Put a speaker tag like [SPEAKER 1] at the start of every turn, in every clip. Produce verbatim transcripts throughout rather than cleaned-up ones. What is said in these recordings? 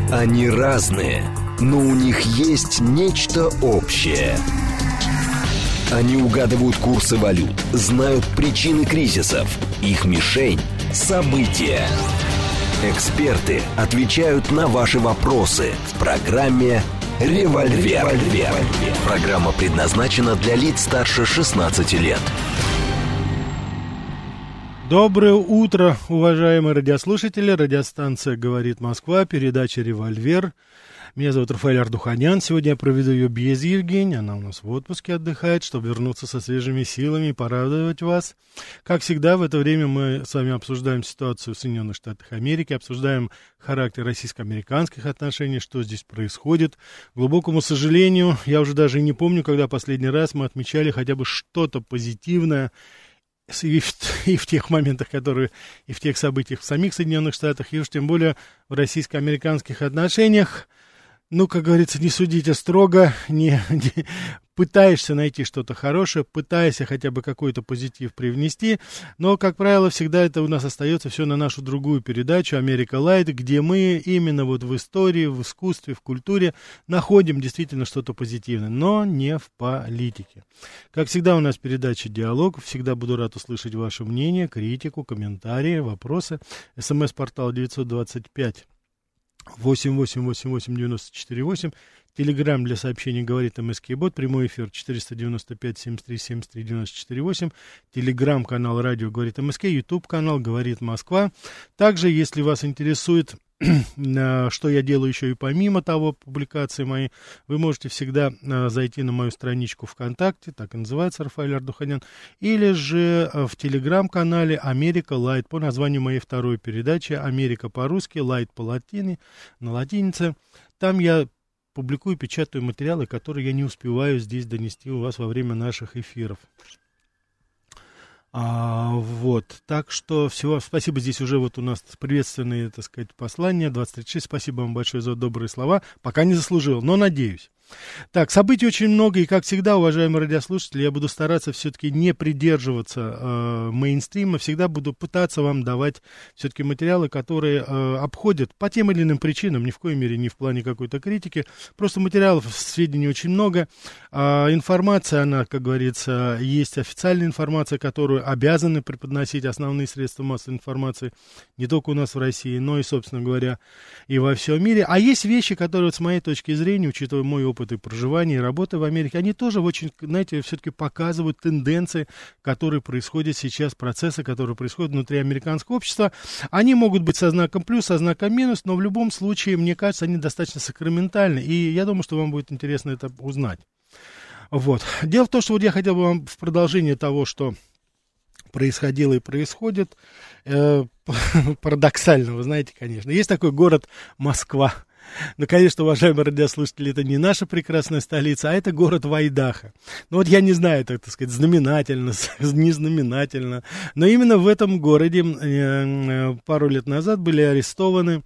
[SPEAKER 1] Они разные, но у них есть нечто общее. Они угадывают курсы валют, знают причины кризисов. Их мишень – события. Эксперты отвечают на ваши вопросы в программе «Револьвер». Револьвер. Программа предназначена для лиц старше шестнадцати лет.
[SPEAKER 2] Доброе утро, уважаемые радиослушатели. Радиостанция «Говорит Москва», передача «Револьвер». Меня зовут Рафаэль Ардуханян. Сегодня я проведу ее без Евгении. Она у нас в отпуске отдыхает, чтобы вернуться со свежими силами и порадовать вас. Как всегда, в это время мы с вами обсуждаем ситуацию в Соединенных Штатах Америки, обсуждаем характер российско-американских отношений, что здесь происходит. К глубокому сожалению, я уже даже не помню, когда последний раз мы отмечали хотя бы что-то позитивное, И в, и в тех моментах, которые, и в тех событиях в самих Соединенных Штатах, и уж тем более в российско-американских отношениях. Ну, как говорится, не судите строго, не, не пытаешься найти что-то хорошее, пытаешься хотя бы какой-то позитив привнести, но, как правило, всегда это у нас остается все на нашу другую передачу «Америка Лайт», где мы именно вот в истории, в искусстве, в культуре находим действительно что-то позитивное, но не в политике. Как всегда, у нас передача «Диалог», всегда буду рад услышать ваше мнение, критику, комментарии, вопросы. СМС-портал девятьсот двадцать пять восемь восемь восемь восемь девяносто четыре восемь. Телеграм для сообщений «Говорит МСК-бот». Прямой эфир четыреста девяносто пять семьдесят три семьдесят три девяносто четыре восемь. Телеграм-канал радио «Говорит МСК». Ютуб-канал «Говорит Москва». Также, если вас интересует, что я делаю еще и помимо того, публикации мои, вы можете всегда зайти на мою страничку ВКонтакте, так и называется, Рафаэль Ардуханян, или же в телеграм-канале «Америка Лайт» по названию моей второй передачи «Америка по-русски», «Лайт» по латине, на латинице. Там я публикую, печатаю материалы, которые я не успеваю здесь донести у вас во время наших эфиров. А, вот, так что всего спасибо. Здесь уже вот у нас приветственные, так сказать, послания двадцать тридцать шесть. Спасибо вам большое за добрые слова. Пока не заслужил, но надеюсь. Так, событий очень много, и, как всегда, уважаемые радиослушатели, я буду стараться все-таки не придерживаться э, мейнстрима, всегда буду пытаться вам давать все-таки материалы, которые э, обходят по тем или иным причинам, ни в коей мере не в плане какой-то критики, просто материалов, сведений очень много, э, информация, она, как говорится, есть официальная информация, которую обязаны преподносить основные средства массовой информации, не только у нас в России, но и, собственно говоря, и во всем мире, а есть вещи, которые, вот, с моей точки зрения, учитывая мой опыт и проживания, и работы в Америке, они тоже очень, знаете, все-таки показывают тенденции, которые происходят сейчас, процессы, которые происходят внутри американского общества. Они могут быть со знаком плюс, со знаком минус, но в любом случае, мне кажется, они достаточно сакраментальны, и я думаю, что вам будет интересно это узнать. Вот. Дело в том, что вот я хотел бы вам в продолжение того, что происходило и происходит, э, парадоксально, вы знаете, конечно, есть такой город Москва. Ну, конечно, уважаемые радиослушатели, это не наша прекрасная столица, а это город Вайдаха. Ну, вот я не знаю, так, так сказать, знаменательно, незнаменательно, но именно в этом городе э, пару лет назад были арестованы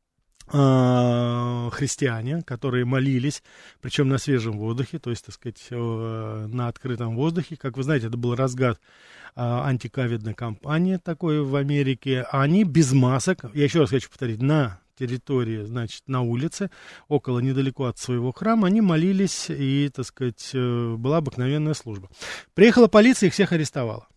[SPEAKER 2] э, христиане, которые молились, причем на свежем воздухе, то есть, так сказать, э, на открытом воздухе. Как вы знаете, это был разгар э, антиковидной кампании такой в Америке. Они без масок, я еще раз хочу повторить, на территории, значит, на улице, около, недалеко от своего храма, они молились, и, так сказать, была обыкновенная служба. Приехала полиция, их всех арестовала.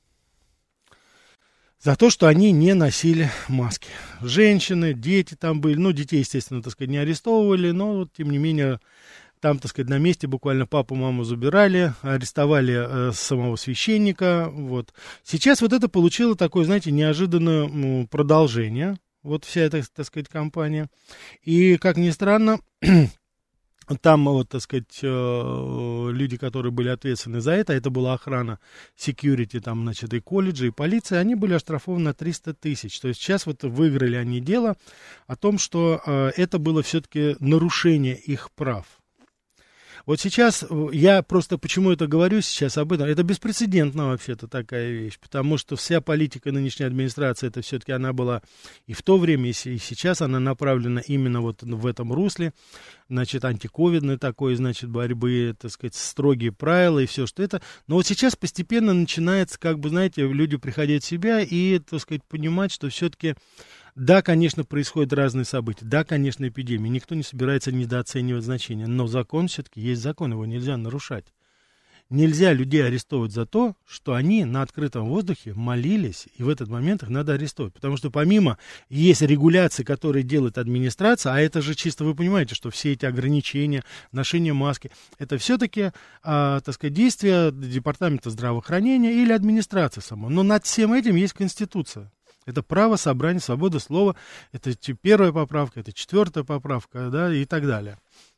[SPEAKER 2] За то, что они не носили маски. Женщины, дети там были, ну, детей, естественно, так сказать, не арестовывали, но, вот, тем не менее, там, так сказать, на месте буквально папу, маму забирали, арестовали э, самого священника, вот. Сейчас вот это получило такое, знаете, неожиданное ну, продолжение. Вот вся эта, так сказать, компания. И, как ни странно, там, вот, так сказать, люди, которые были ответственны за это, это была охрана security, там, значит, и колледжи, и полиция, они были оштрафованы на триста тысяч. То есть сейчас вот выиграли они дело о том, что это было все-таки нарушение их прав. Вот сейчас, я просто почему это говорю сейчас об этом, это беспрецедентно вообще-то такая вещь, потому что вся политика нынешней администрации, это все-таки она была и в то время, и сейчас она направлена именно вот в этом русле, значит, антиковидной такой, значит, борьбы, так сказать, строгие правила и все, что это. Но вот сейчас постепенно начинается, как бы, знаете, люди приходят в себя и, так сказать, понимать, что все-таки Да, конечно, происходят разные события, да, конечно, эпидемии, никто не собирается недооценивать значение, но закон все-таки есть закон, его нельзя нарушать. Нельзя людей арестовывать за то, что они на открытом воздухе молились, и в этот момент их надо арестовать. Потому что помимо есть регуляции, которые делает администрация, а это же чисто вы понимаете, что все эти ограничения, ношение маски, это все-таки, а, так сказать, действия Департамента здравоохранения или администрации сама. Но над всем этим есть Конституция. Это право собрания, свобода слова, это первая поправка, это четвертая поправка, да, и так далее.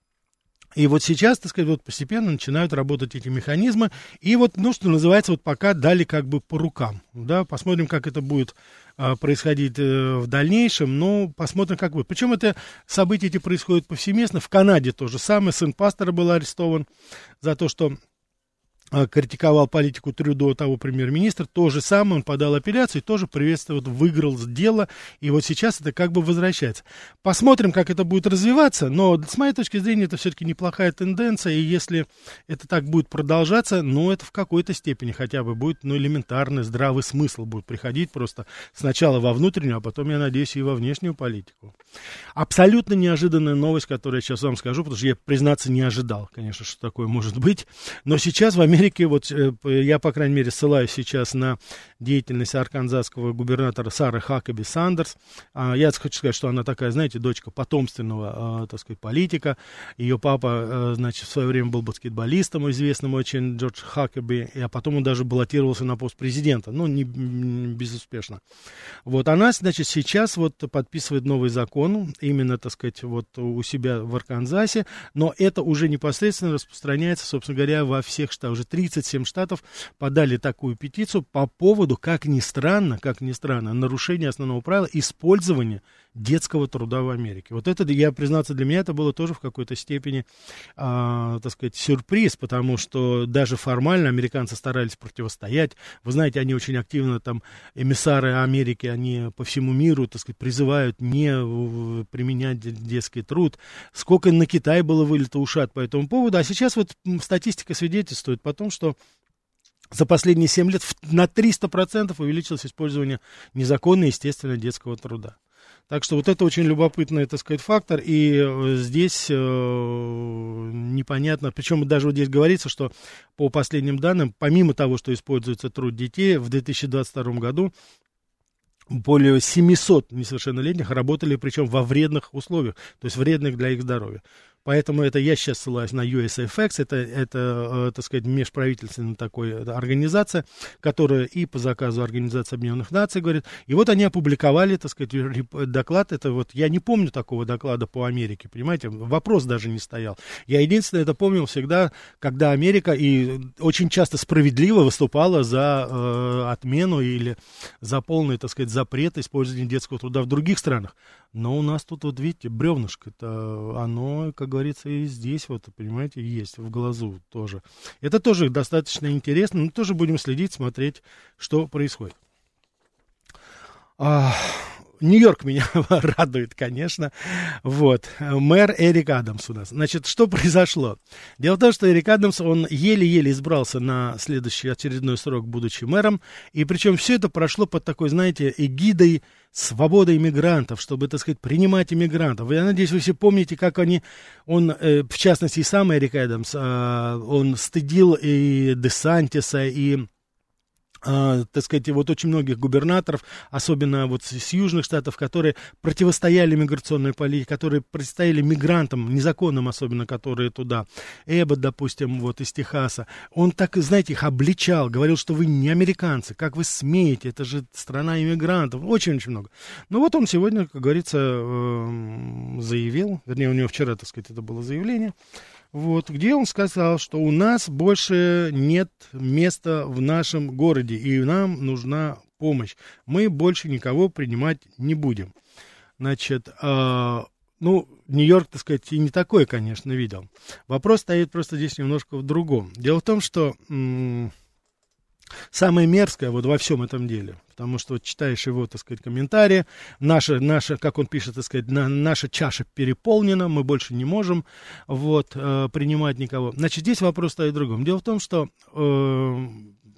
[SPEAKER 2] И вот сейчас, так сказать, вот постепенно начинают работать эти механизмы. И вот, ну, что называется, вот пока дали как бы по рукам. Да, посмотрим, как это будет а, происходить а, в дальнейшем. Но посмотрим, как будет. Причем это события эти происходят повсеместно. В Канаде то же самое. Сын пастора был арестован за то, что критиковал политику Трюдо, того премьер-министра, то же самое, он подал апелляцию, тоже приветственно вот выиграл дело, и вот сейчас это как бы возвращается. Посмотрим, как это будет развиваться, но с моей точки зрения это все-таки неплохая тенденция, и если это так будет продолжаться, ну, это в какой-то степени хотя бы будет, ну, элементарный здравый смысл будет приходить просто сначала во внутреннюю, а потом, я надеюсь, и во внешнюю политику. Абсолютно неожиданная новость, которую я сейчас вам скажу, потому что я, признаться, не ожидал, конечно, что такое может быть, но сейчас в Америке Вот я, по крайней мере, ссылаюсь сейчас на деятельность арканзасского губернатора Сары Хакаби Сандерс. Я хочу сказать, что она такая, знаете, дочка потомственного, так сказать, политика. Ее папа, значит, в свое время был баскетболистом, известным очень, Джордж Хакаби, а потом он даже баллотировался на пост президента, но не безуспешно. Вот она, значит, сейчас вот подписывает новый закон, именно, так сказать, вот у себя в Арканзасе, но это уже непосредственно распространяется, собственно говоря, во всех штатах. Уже тридцать семь штатов подали такую петицию по поводу, как ни странно, как ни странно, нарушения основного правила использования детского труда в Америке. Вот это, я признаться, для меня это было тоже в какой-то степени, а, так сказать, сюрприз, потому что даже формально американцы старались противостоять. Вы знаете, они очень активно, там, эмиссары Америки, они по всему миру, так сказать, призывают не применять детский труд. Сколько на Китай было вылито ушат по этому поводу, а сейчас вот статистика свидетельствует по тому, что за последние семь лет на триста процентов увеличилось использование незаконно, естественно, детского труда. Так что вот это очень любопытный, так сказать, фактор, и здесь э, непонятно, причем даже вот здесь говорится, что по последним данным, помимо того, что используется труд детей, в две тысячи двадцать втором году более семисот несовершеннолетних работали, причем во вредных условиях, то есть вредных для их здоровья. Поэтому это я сейчас ссылаюсь на ю эс эф экс, это, это, э, так сказать, межправительственная такая организация, которая и по заказу Организации Объединенных Наций говорит. И вот они опубликовали, так сказать, доклад, это вот, я не помню такого доклада по Америке, понимаете, вопрос даже не стоял. Я единственное это помнил всегда, когда Америка и очень часто справедливо выступала за э, отмену или за полный, так сказать, запрет использования детского труда в других странах. Но у нас тут, вот видите, бревнышко-то, оно, как говорится, и здесь, вот, понимаете, есть, в глазу тоже. Это тоже достаточно интересно, но тоже будем следить, смотреть, что происходит. А, Нью-Йорк меня радует, конечно. Вот, мэр Эрик Адамс у нас. Значит, что произошло? Дело в том, что Эрик Адамс, он еле-еле избрался на следующий очередной срок, будучи мэром, и причем все это прошло под такой, знаете, эгидой свобода иммигрантов, чтобы, так сказать, принимать иммигрантов. Я надеюсь, вы все помните, как они, он, э, в частности, и сам Эрик Адамс, э, он стыдил и Десантиса, и Uh, так сказать, вот очень многих губернаторов, особенно вот с, с южных штатов, которые противостояли миграционной политике, которые противостояли мигрантам, незаконным особенно, которые туда. Эббот, допустим, вот из Техаса, он так, знаете, их обличал, говорил, что вы не американцы, как вы смеете, это же страна иммигрантов, очень-очень много. Ну вот он сегодня, как говорится, э, заявил, вернее, у него вчера, так сказать, это было заявление, вот, где он сказал, что у нас больше нет места в нашем городе, и нам нужна помощь. Мы больше никого принимать не будем. Значит, э, ну, Нью-Йорк, так сказать, и не такое, конечно, видел. Вопрос стоит просто здесь немножко в другом. Дело в том, что м- самое мерзкое вот во всем этом деле, потому что вот читаешь его, так сказать, комментарии, наша, наша, как он пишет, так сказать, на, наша чаша переполнена, мы больше не можем вот, э, принимать никого. Значит, здесь вопрос стоит в другом. Дело в том, что э,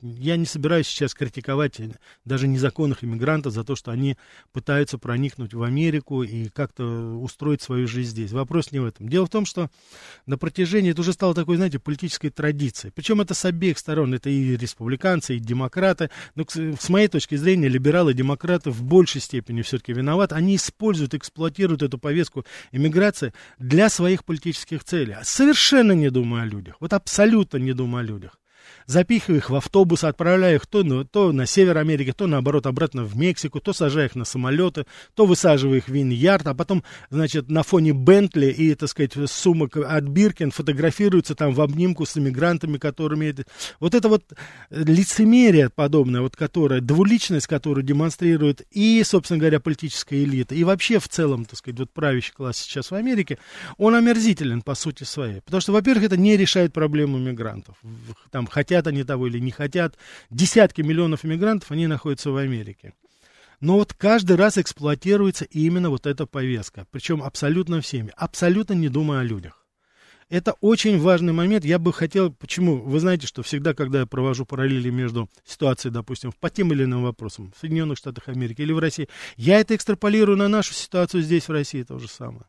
[SPEAKER 2] я не собираюсь сейчас критиковать даже незаконных иммигрантов за то, что они пытаются проникнуть в Америку и как-то устроить свою жизнь здесь. Вопрос не в этом. Дело в том, что на протяжении, это уже стало такой, знаете, политической традицией. Причем это с обеих сторон. Это и республиканцы, и демократы. Но с моей точки зрения, либералы и демократы в большей степени все-таки виноваты. Они используют, эксплуатируют эту повестку иммиграции для своих политических целей. Совершенно не думая о людях. Вот абсолютно не думая о людях. Запихивая их в автобус, отправляя их то на, то на север Америки, то наоборот обратно в Мексику, то сажая их на самолеты, то высаживая их в Виньярд, а потом, значит, на фоне Бентли и, так сказать, сумок от Биркин фотографируются там в обнимку с иммигрантами, которыми... Вот это вот лицемерие подобное, вот которое, двуличность, которую демонстрирует и, собственно говоря, политическая элита, и вообще в целом, так сказать, вот правящий класс сейчас в Америке, он омерзителен по сути своей. Потому что, во-первых, это не решает проблему мигрантов. Там, хотят они того или не хотят, десятки миллионов иммигрантов, они находятся в Америке. Но вот каждый раз эксплуатируется именно вот эта повестка, причем абсолютно всеми, абсолютно не думая о людях. Это очень важный момент, я бы хотел, почему, вы знаете, что всегда, когда я провожу параллели между ситуацией, допустим, по тем или иным вопросам в Соединенных Штатах Америки или в России, я это экстраполирую на нашу ситуацию здесь, в России, то же самое.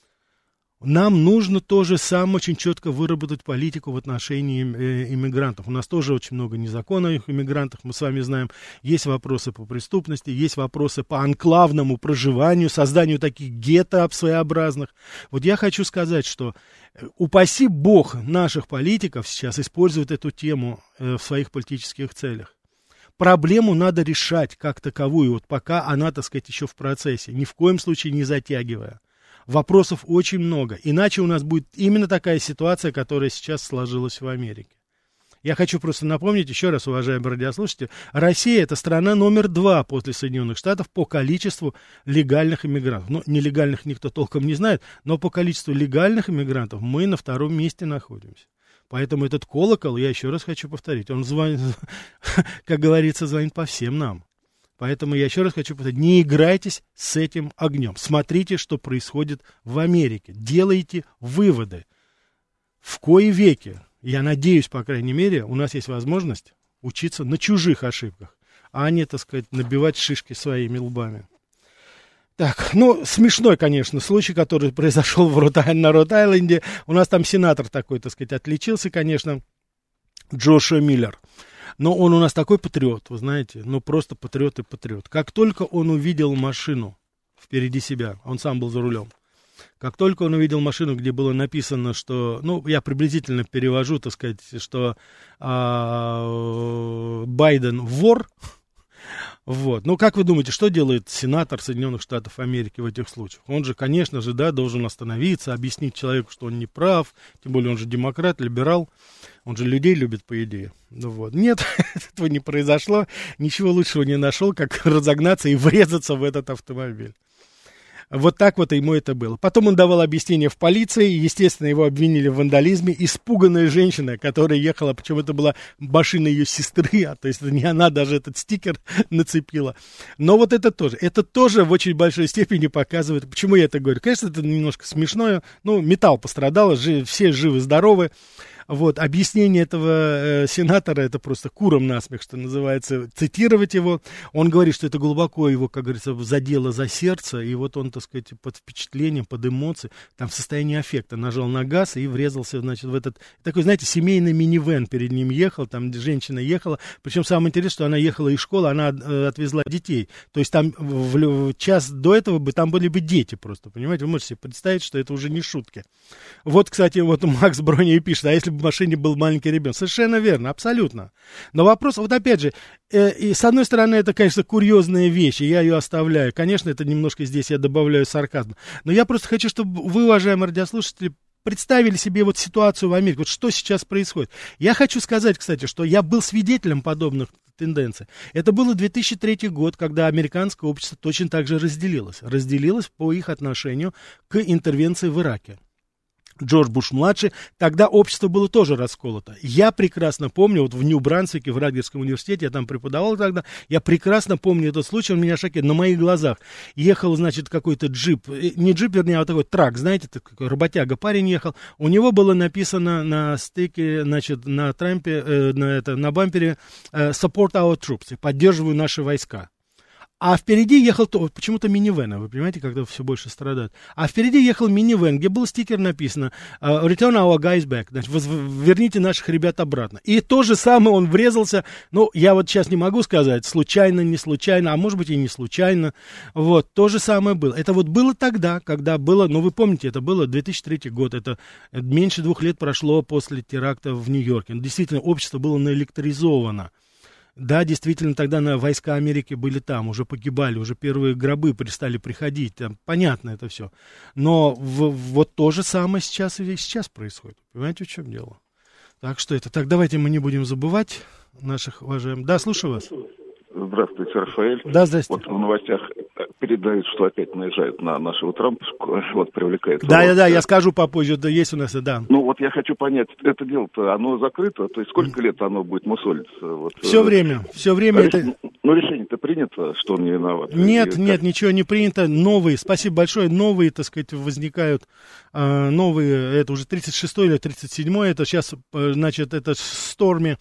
[SPEAKER 2] Нам нужно тоже сам очень четко выработать политику в отношении э, иммигрантов. У нас тоже очень много незаконных иммигрантов, мы с вами знаем. Есть вопросы по преступности, есть вопросы по анклавному проживанию, созданию таких гетто своеобразных. Вот я хочу сказать, что упаси бог наших политиков сейчас используют эту тему э, в своих политических целях. Проблему надо решать как таковую, вот пока она, так сказать, еще в процессе, ни в коем случае не затягивая. Вопросов очень много. Иначе у нас будет именно такая ситуация, которая сейчас сложилась в Америке. Я хочу просто напомнить еще раз, уважаемые радиослушатели, Россия — это страна номер два после Соединенных Штатов по количеству легальных иммигрантов. Ну, нелегальных никто толком не знает, но по количеству легальных иммигрантов мы на втором месте находимся. Поэтому этот колокол, я еще раз хочу повторить, он звонит, как говорится, звонит по всем нам. Поэтому я еще раз хочу повторить, не играйтесь с этим огнем. Смотрите, что происходит в Америке. Делайте выводы. В кои веки, я надеюсь, по крайней мере, у нас есть возможность учиться на чужих ошибках, а не, так сказать, набивать шишки своими лбами. Так, ну, смешной, конечно, случай, который произошел в Рот- на Рот-Айленде. У нас там сенатор такой, так сказать, отличился, конечно, Джошуа Миллер. Но он у нас такой патриот, вы знаете, ну просто патриот и патриот. Как только он увидел машину впереди себя, он сам был за рулем, как только он увидел машину, где было написано, что, ну, я приблизительно перевожу, так сказать, что а, Байден вор, вот. Ну, как вы думаете, что делает сенатор Соединенных Штатов Америки в этих случаях? Он же, конечно же, да, должен остановиться, объяснить человеку, что он не прав, тем более он же демократ, либерал, он же людей любит, по идее. Ну, вот. Нет, этого не произошло, ничего лучшего не нашел, как разогнаться и врезаться в этот автомобиль. Вот так вот ему это было. Потом он давал объяснение в полиции, естественно, его обвинили в вандализме. Испуганная женщина, которая ехала, причем это была машина ее сестры, а то есть не она даже этот стикер нацепила. Но вот это тоже, это тоже в очень большой степени показывает, почему я это говорю. Конечно, это немножко смешное, ну, металл пострадал, жив, все живы-здоровы. Вот, объяснение этого э, сенатора, это просто куром насмех, что называется, цитировать его. Он говорит, что это глубоко его, как говорится, задело за сердце, и вот он, так сказать, под впечатлением, под эмоцией, там в состоянии аффекта нажал на газ и врезался, значит, в этот, такой, знаете, семейный минивэн перед ним ехал, там женщина ехала, причем самое интересное, что она ехала из школы, она э, отвезла детей, то есть там в, в час до этого бы, там были бы дети просто, понимаете, вы можете себе представить, что это уже не шутки. Вот, кстати, вот Макс Броня и пишет, а если бы в машине был маленький ребенок. Совершенно верно, абсолютно. Но вопрос, вот опять же, э, и с одной стороны, это, конечно, курьезная вещь, и я ее оставляю. Конечно, это немножко здесь я добавляю сарказма. Но я просто хочу, чтобы вы, уважаемые радиослушатели, представили себе вот ситуацию в Америке, вот что сейчас происходит. Я хочу сказать, кстати, что я был свидетелем подобных тенденций. Это был две тысячи третий год, когда американское общество точно так же разделилось. Разделилось по их отношению к интервенции в Ираке. Джордж Буш-младший, тогда общество было тоже расколото. Я прекрасно помню, вот в Нью-Брансвике, в Радгерском университете, я там преподавал тогда, я прекрасно помню этот случай, он меня шокировал. На моих глазах ехал, значит, какой-то джип, не джип, вернее, а вот такой трак, знаете, такой работяга парень ехал, у него было написано на стыке, значит, на трампе, э, на, это, на бампере э, «Support our troops», «Поддерживаю наши войска». А впереди ехал то, почему-то минивэн, вы понимаете, когда все больше страдают. А впереди ехал минивэн, где был стикер написано «Return our guys back», значит, верните наших ребят обратно. И то же самое он врезался, ну, я вот сейчас не могу сказать, случайно, не случайно, а может быть и не случайно. Вот, то же самое было. Это вот было тогда, когда было, ну, вы помните, это было две тысячи третий год, это меньше двух лет прошло после теракта в Нью-Йорке. Действительно, общество было наэлектризовано. Да, действительно, тогда на войска Америки были там, уже погибали, уже первые гробы перестали приходить, там, понятно это все. Но в, вот то же самое сейчас и сейчас происходит. Понимаете, в чем дело? Так что это, так давайте мы не будем забывать наших уважаемых. Да, слушаю вас.
[SPEAKER 3] Здравствуйте, Рафаэль.
[SPEAKER 2] Да, здравствуйте.
[SPEAKER 3] Вот в новостях передают, что опять наезжают на нашего Трампа, вот привлекает.
[SPEAKER 2] Да, да, да, я скажу попозже, да, есть у нас, да.
[SPEAKER 3] Ну, вот я хочу понять, это дело-то, оно закрыто, то есть сколько лет оно будет мусолиться? Вот,
[SPEAKER 2] все время, все время
[SPEAKER 3] реш...
[SPEAKER 2] это...
[SPEAKER 3] Ну, решение-то принято, что он не виноват?
[SPEAKER 2] Нет,
[SPEAKER 3] и,
[SPEAKER 2] нет,
[SPEAKER 3] как...
[SPEAKER 2] ничего не принято, новые, спасибо большое, новые, так сказать, возникают, э, новые, это уже тридцать шестой или тридцать седьмой, это сейчас, значит, это Сторми,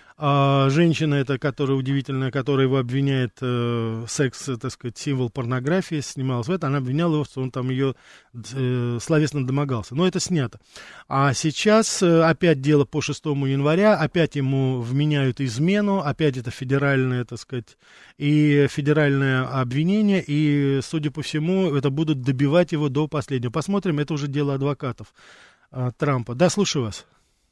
[SPEAKER 2] А женщина, это, которая удивительная, которая его обвиняет, э, секс, так сказать, символ порнографии, снималась в это, она обвиняла его, что он там ее э, словесно домогался. Но это снято. А сейчас э, опять дело по шестому января, опять ему вменяют измену, опять это федеральное, так сказать, и федеральное обвинение, и, судя по всему, это будут добивать его до последнего. Посмотрим, это уже дело адвокатов э, Трампа. Да, слушаю вас.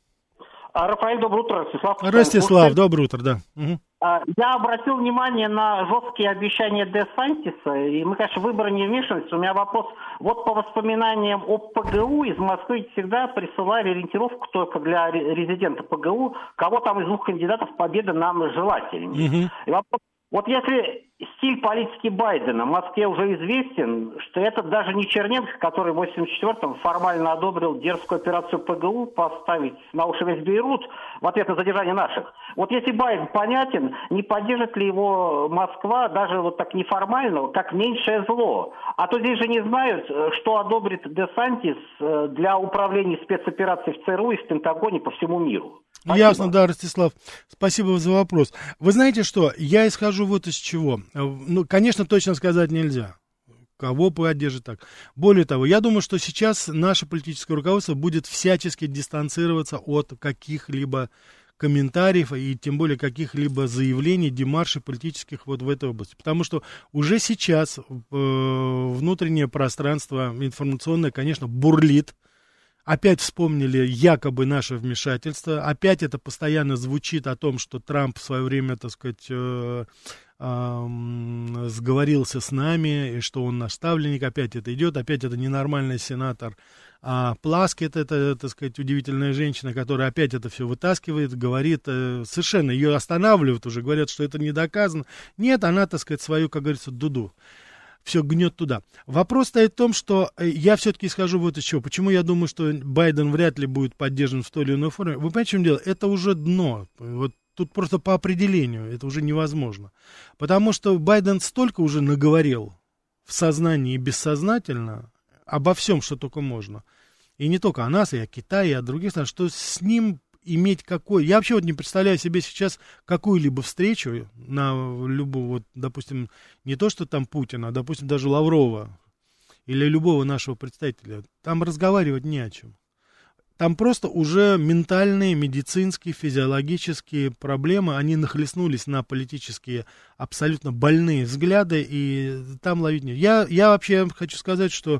[SPEAKER 4] Рафаэль, доброе утро. Ростислав.
[SPEAKER 2] Ростислав, доброе утро, да. Угу.
[SPEAKER 4] Я обратил внимание на жесткие обещания Де Сантиса, и мы, конечно, в выборы не вмешиваемся. У меня вопрос. Вот по воспоминаниям о ПГУ из Москвы всегда присылали ориентировку только для резидента ПГУ, кого там из двух кандидатов победа нам желательнее. Угу. И вопрос. Вот если стиль политики Байдена в Москве уже известен, что это даже не Черненко, который в восемьдесят четвёртом формально одобрил дерзкую операцию ПГУ поставить на уши весь Бейрут в ответ на задержание наших. Вот если Байден понятен, не поддержит ли его Москва даже вот так неформально, как меньшее зло? А то здесь же не знают, что одобрит Де Сантис для управления спецоперацией в ЦРУ и в Пентагоне по всему миру. Спасибо.
[SPEAKER 2] Ясно, да, Ростислав. Спасибо за вопрос. Вы знаете что, я исхожу вот из чего. Ну, конечно, точно сказать нельзя. Кого поддержит так. Более того, я думаю, что сейчас наше политическое руководство будет всячески дистанцироваться от каких-либо комментариев и тем более каких-либо заявлений, демаршей политических вот в этой области. Потому что уже сейчас э, внутреннее пространство информационное, конечно, бурлит. Опять вспомнили якобы наше вмешательство. Опять это постоянно звучит о том, что Трамп в свое время, так сказать, э, э, сговорился с нами, и что он наш ставленник. Опять это идет. Опять это ненормальный сенатор а Пласкет, это, так сказать, удивительная женщина, которая опять это все вытаскивает, говорит, э, совершенно ее останавливают уже, говорят, что это не доказано. Нет, она, так сказать, свою, как говорится, дуду. Все гнет туда. Вопрос стоит в том, что я все-таки исхожу вот из чего. Почему я думаю, что Байден вряд ли будет поддержан в той или иной форме? Вы понимаете, в чем дело? Это уже дно. Вот тут просто по определению это уже невозможно. Потому что Байден столько уже наговорил в сознании и бессознательно обо всем, что только можно. И не только о нас, и о Китае, и о других странах, что с ним иметь какой... Я вообще вот не представляю себе сейчас какую-либо встречу на любую, вот, допустим, не то, что там Путина, а, допустим, даже Лаврова или любого нашего представителя. Там разговаривать не о чем. Там просто уже ментальные, медицинские, физиологические проблемы, они нахлестнулись на политические абсолютно больные взгляды, и там ловить нет. Я, я вообще хочу сказать, что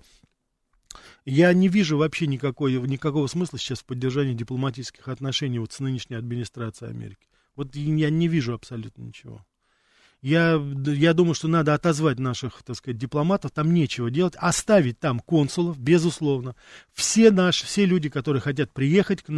[SPEAKER 2] я не вижу вообще никакой, никакого смысла сейчас в поддержании дипломатических отношений вот с нынешней администрацией Америки. Вот я не вижу абсолютно ничего. Я, я думаю, что надо отозвать наших, так сказать, дипломатов, там нечего делать, оставить там консулов, безусловно. Все наши, все люди, которые хотят приехать к нам,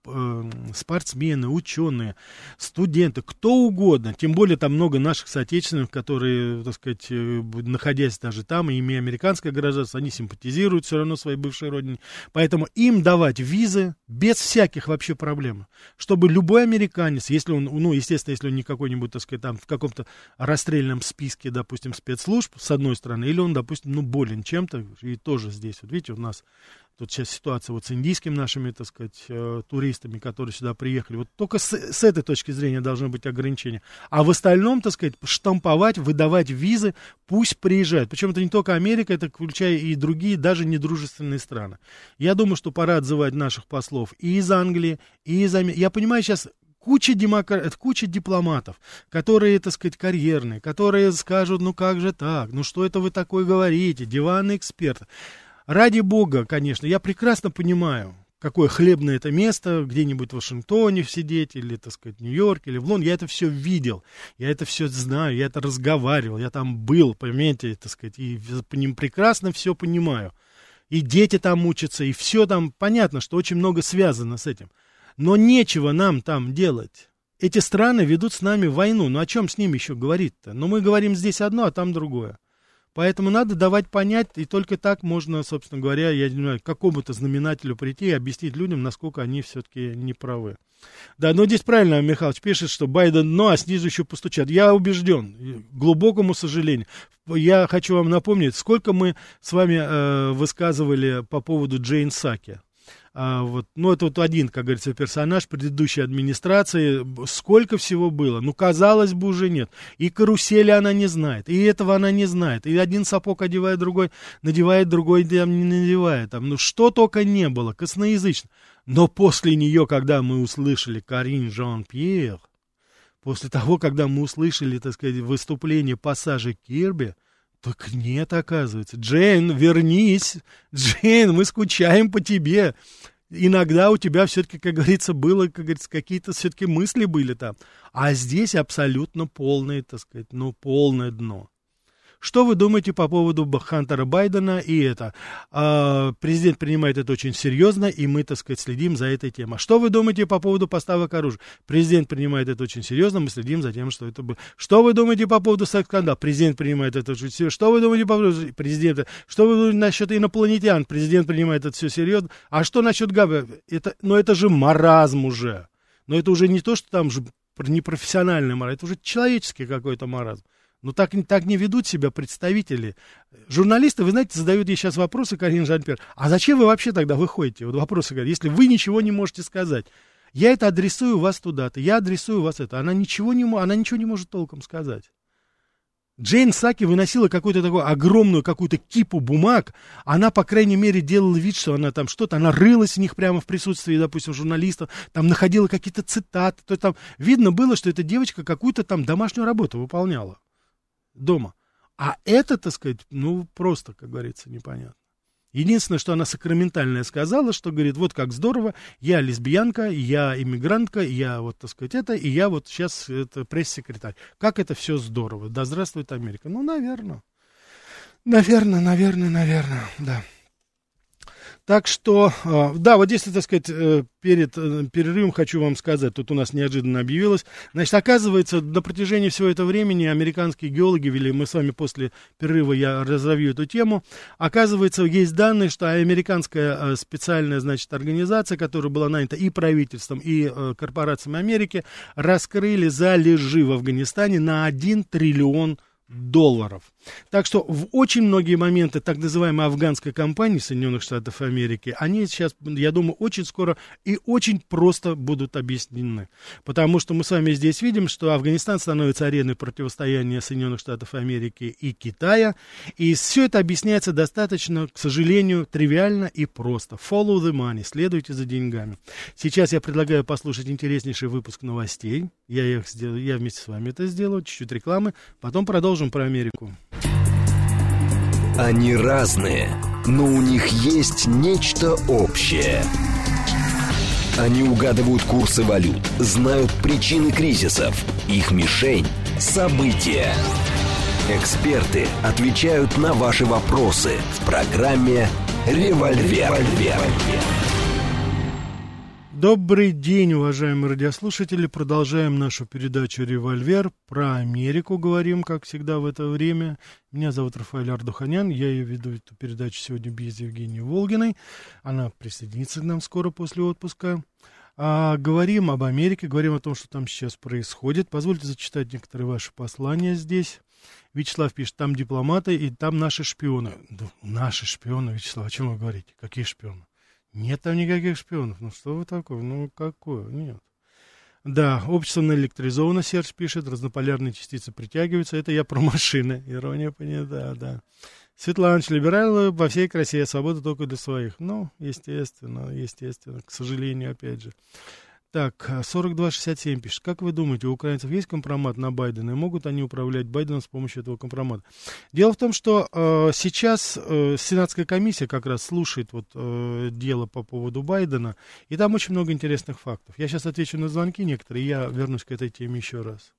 [SPEAKER 2] спортсмены, ученые, студенты, кто угодно, тем более там много наших соотечественников, которые, так сказать, находясь даже там, и имея американское гражданство, они симпатизируют все равно своей бывшей родине, поэтому им давать визы без всяких вообще проблем, чтобы любой американец, если он, ну, естественно, если он не какой-нибудь, так сказать, там в каком-то расстрельном списке, допустим, спецслужб, с одной стороны, или он, допустим, ну, болен чем-то, и тоже здесь, вот видите, у нас тут сейчас ситуация вот с индийскими нашими, так сказать, э, туристами, которые сюда приехали. Вот только с, с этой точки зрения должны быть ограничения. А в остальном, так сказать, штамповать, выдавать визы, пусть приезжают. Причем это не только Америка, это включая и другие, даже недружественные страны. Я думаю, что пора отзывать наших послов и из Англии, и из Америки. Я понимаю сейчас... Куча, демокр... куча дипломатов, которые, так сказать, карьерные, которые скажут, ну как же так, ну что это вы такое говорите, диванный эксперт. Ради бога, конечно, я прекрасно понимаю, какое хлебное это место, где-нибудь в Вашингтоне сидеть, или, так сказать, в Нью-Йорке, или в Лондоне. Я это все видел, я это все знаю, я это разговаривал, я там был, понимаете, так сказать, и по ним прекрасно все понимаю. И дети там учатся, и все там, понятно, что очень много связано с этим. Но нечего нам там делать. Эти страны ведут с нами войну. Ну о чем с ними еще говорить-то? Ну мы говорим здесь одно, а там другое. Поэтому надо давать понять, и только так можно, собственно говоря, я не знаю, к какому-то знаменателю прийти и объяснить людям, насколько они все-таки неправы. Да, но здесь правильно Михайлович пишет, что Байден, ну а снизу еще постучат. Я убежден, к глубокому сожалению. Я хочу вам напомнить, сколько мы с вами э, высказывали по поводу Джейн Саки. А, вот, ну, это вот один, как говорится, персонаж предыдущей администрации. Сколько всего было? Ну, казалось бы, уже нет. И карусели она не знает, и этого она не знает. И один сапог одевает, другой надевает, другой там не надевает. Там, ну, что только не было, косноязычно. Но после нее, когда мы услышали Карин Жан-Пьер, после того, когда мы услышали, так сказать, выступление пассажа Кирби, так нет, оказывается. Джейн, вернись. Джейн, мы скучаем по тебе. Иногда у тебя все-таки, как говорится, было, как говорится, какие-то все-таки мысли были там. А здесь абсолютно полное, так сказать, ну, полное дно. Что вы думаете по поводу Хантера Байдена и это? А, президент принимает это очень серьезно, и мы, так сказать, следим за этой темой. Что вы думаете по поводу поставок оружия? Президент принимает это очень серьезно, мы следим за тем, что это было. Что вы думаете по поводу секс-скандала? Президент принимает это очень серьезно. Что вы думаете по поводу президента? Что вы думаете насчет инопланетян? Президент принимает это все серьезно. А что насчет Габи? Это, ну, это же маразм уже. Но это уже не то, что там же непрофессиональный маразм, это уже человеческий какой-то маразм. Ну, так, так не ведут себя представители. Журналисты, вы знаете, задают ей сейчас вопросы, Карин Жан-Пьер. А зачем вы вообще тогда выходите? Вот вопросы говорят, если вы ничего не можете сказать. Я это адресую вас туда-то, я адресую вас это. Она ничего не, она ничего не может толком сказать. Джейн Саки выносила какую-то такую огромную какую-то кипу бумаг. Она, по крайней мере, делала вид, что она там что-то, она рылась в них прямо в присутствии, допустим, журналистов, там находила какие-то цитаты. То есть там видно было, что эта девочка какую-то там домашнюю работу выполняла дома. А это, так сказать, ну, просто, как говорится, непонятно. Единственное, что она сакраментальное сказала, что, говорит, вот как здорово, я лесбиянка, я иммигрантка, я вот, так сказать, это, и я вот сейчас это пресс-секретарь. Как это все здорово. Да здравствует Америка. Ну, наверное. Наверное, наверное, наверное, да. Так что, да, вот здесь, так сказать, перед перерывом хочу вам сказать, тут у нас неожиданно объявилось, значит, оказывается, на протяжении всего этого времени американские геологи вели, мы с вами после перерыва, я разовью эту тему, оказывается, есть данные, что американская специальная, значит, организация, которая была нанята и правительством, и корпорациями Америки, раскрыли залежи в Афганистане на один триллион долларов. Так что в очень многие моменты так называемой афганской кампании Соединенных Штатов Америки, они сейчас, я думаю, очень скоро и очень просто будут объяснены. Потому что мы с вами здесь видим, что Афганистан становится ареной противостояния Соединенных Штатов Америки и Китая. И все это объясняется достаточно, к сожалению, тривиально и просто. Follow the money, следуйте за деньгами. Сейчас я предлагаю послушать интереснейший выпуск новостей. Я, их сделаю, я вместе с вами это сделаю, чуть-чуть рекламы, потом продолжим про Америку.
[SPEAKER 1] Они разные, но у них есть нечто общее. Они угадывают курсы валют, знают причины кризисов, их мишень – события. Эксперты отвечают на ваши вопросы в программе «Револьвер».
[SPEAKER 2] Добрый день, уважаемые радиослушатели. Продолжаем нашу передачу «Револьвер». Про Америку говорим, как всегда в это время. Меня зовут Рафаэль Ардуханян. Я ее веду эту передачу сегодня без Евгении Волгиной. Она присоединится к нам скоро после отпуска. А, говорим об Америке, говорим о том, что там сейчас происходит. Позвольте зачитать некоторые ваши послания здесь. Вячеслав пишет, там дипломаты и там наши шпионы. Да, наши шпионы, Вячеслав, о чем вы говорите? Какие шпионы? Нет там никаких шпионов. Ну что вы такое? Ну какое? Нет. Да, общество наэлектризовано, Серж пишет, разнополярные частицы притягиваются. Это я про машины. Ирония понята, да. Светлана, либералы во всей красе, свобода только для своих. Ну, естественно, естественно, к сожалению, опять же. Так, сорок два шестьдесят семь пишет. Как вы думаете, у украинцев есть компромат на Байдена? И могут они управлять Байденом с помощью этого компромата? Дело в том, что э, сейчас э, Сенатская комиссия как раз слушает вот, э, дело по поводу Байдена, и там очень много интересных фактов. Я сейчас отвечу на звонки некоторые, и я вернусь к этой теме еще раз.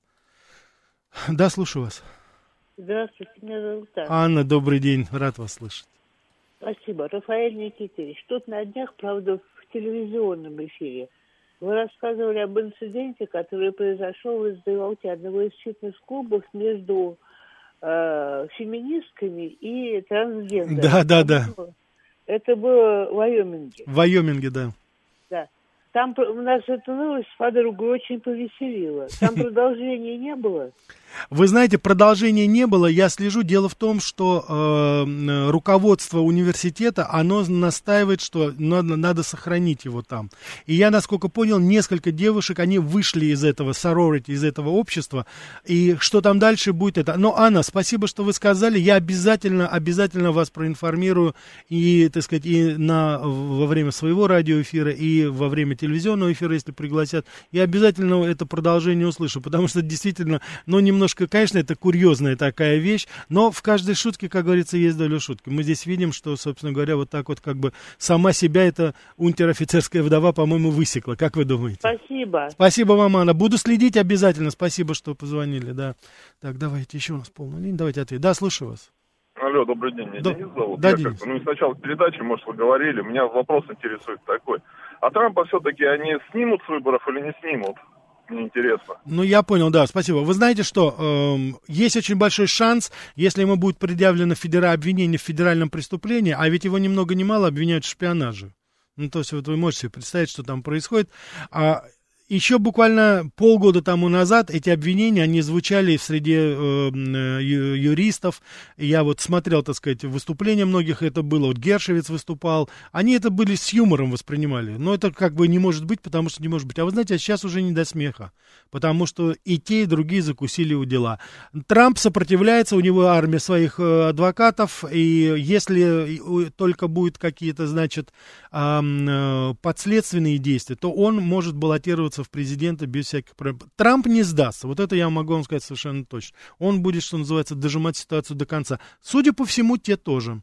[SPEAKER 2] Да, слушаю вас.
[SPEAKER 5] Здравствуйте, меня зовут Анна.
[SPEAKER 2] Анна, добрый день, рад вас слышать.
[SPEAKER 5] Спасибо. Рафаэль Никитич, тут на днях, правда, в телевизионном эфире вы рассказывали об инциденте, который произошел в издевалке одного из фитнес-клубов между э, феминистками и трансгендерами.
[SPEAKER 2] Да, да, да.
[SPEAKER 5] Это было в Вайоминге.
[SPEAKER 2] В Вайоминге, да.
[SPEAKER 5] Да. Там у нас эта новость подругу очень повеселила. Там продолжения не было.
[SPEAKER 2] Вы знаете, продолжения не было, я слежу. Дело в том, что э, руководство университета, оно настаивает, что надо, надо сохранить его там. И я, насколько понял, несколько девушек, они вышли из этого sorority, из этого общества. И что там дальше будет это? Но, Анна, спасибо, что вы сказали. Я обязательно, обязательно вас проинформирую и, так сказать, и на, во время своего радиоэфира, и во время телевизионного эфира, если пригласят. Я обязательно это продолжение услышу, потому что действительно, ну, немного Немножко, конечно, это курьезная такая вещь, но в каждой шутке, как говорится, есть доля шутки. Мы здесь видим, что, собственно говоря, вот так вот как бы сама себя эта унтер-офицерская вдова, по-моему, высекла. Как вы думаете?
[SPEAKER 5] Спасибо.
[SPEAKER 2] Спасибо вам, Анна. Буду следить обязательно. Спасибо, что позвонили, да. Так, давайте, еще у нас полная линия. Давайте ответ. Да, слушаю вас.
[SPEAKER 3] Алло, добрый день, меня
[SPEAKER 2] До...
[SPEAKER 3] Денис зовут.
[SPEAKER 2] Да,
[SPEAKER 3] Я
[SPEAKER 2] Денис.
[SPEAKER 3] как, ну, сначала передачи, может, вы говорили, меня вопрос интересует такой. А Трампа все-таки они снимут с выборов или не снимут? Мне интересно.
[SPEAKER 2] Ну, я понял, да, спасибо. Вы знаете, что э, есть очень большой шанс, если ему будет предъявлено федера... обвинение в федеральном преступлении, а ведь его ни много ни мало обвиняют в шпионаже. Ну, то есть вот вы можете себе представить, что там происходит. А еще буквально полгода тому назад эти обвинения, они звучали в среде э, ю, юристов. Я вот смотрел, так сказать, выступления многих, это было, вот Гершевиц выступал. Они это были с юмором воспринимали. Но это как бы не может быть, потому что не может быть. А вы знаете, а сейчас уже не до смеха. Потому что и те, и другие закусили у дела. Трамп сопротивляется, у него армия своих э, адвокатов. И если только будут какие-то, значит, э, э, подследственные действия, то он может баллотироваться в президента без всяких проблем. Трамп не сдастся, вот это я могу вам сказать совершенно точно. Он будет, что называется, дожимать ситуацию до конца. Судя по всему, те тоже.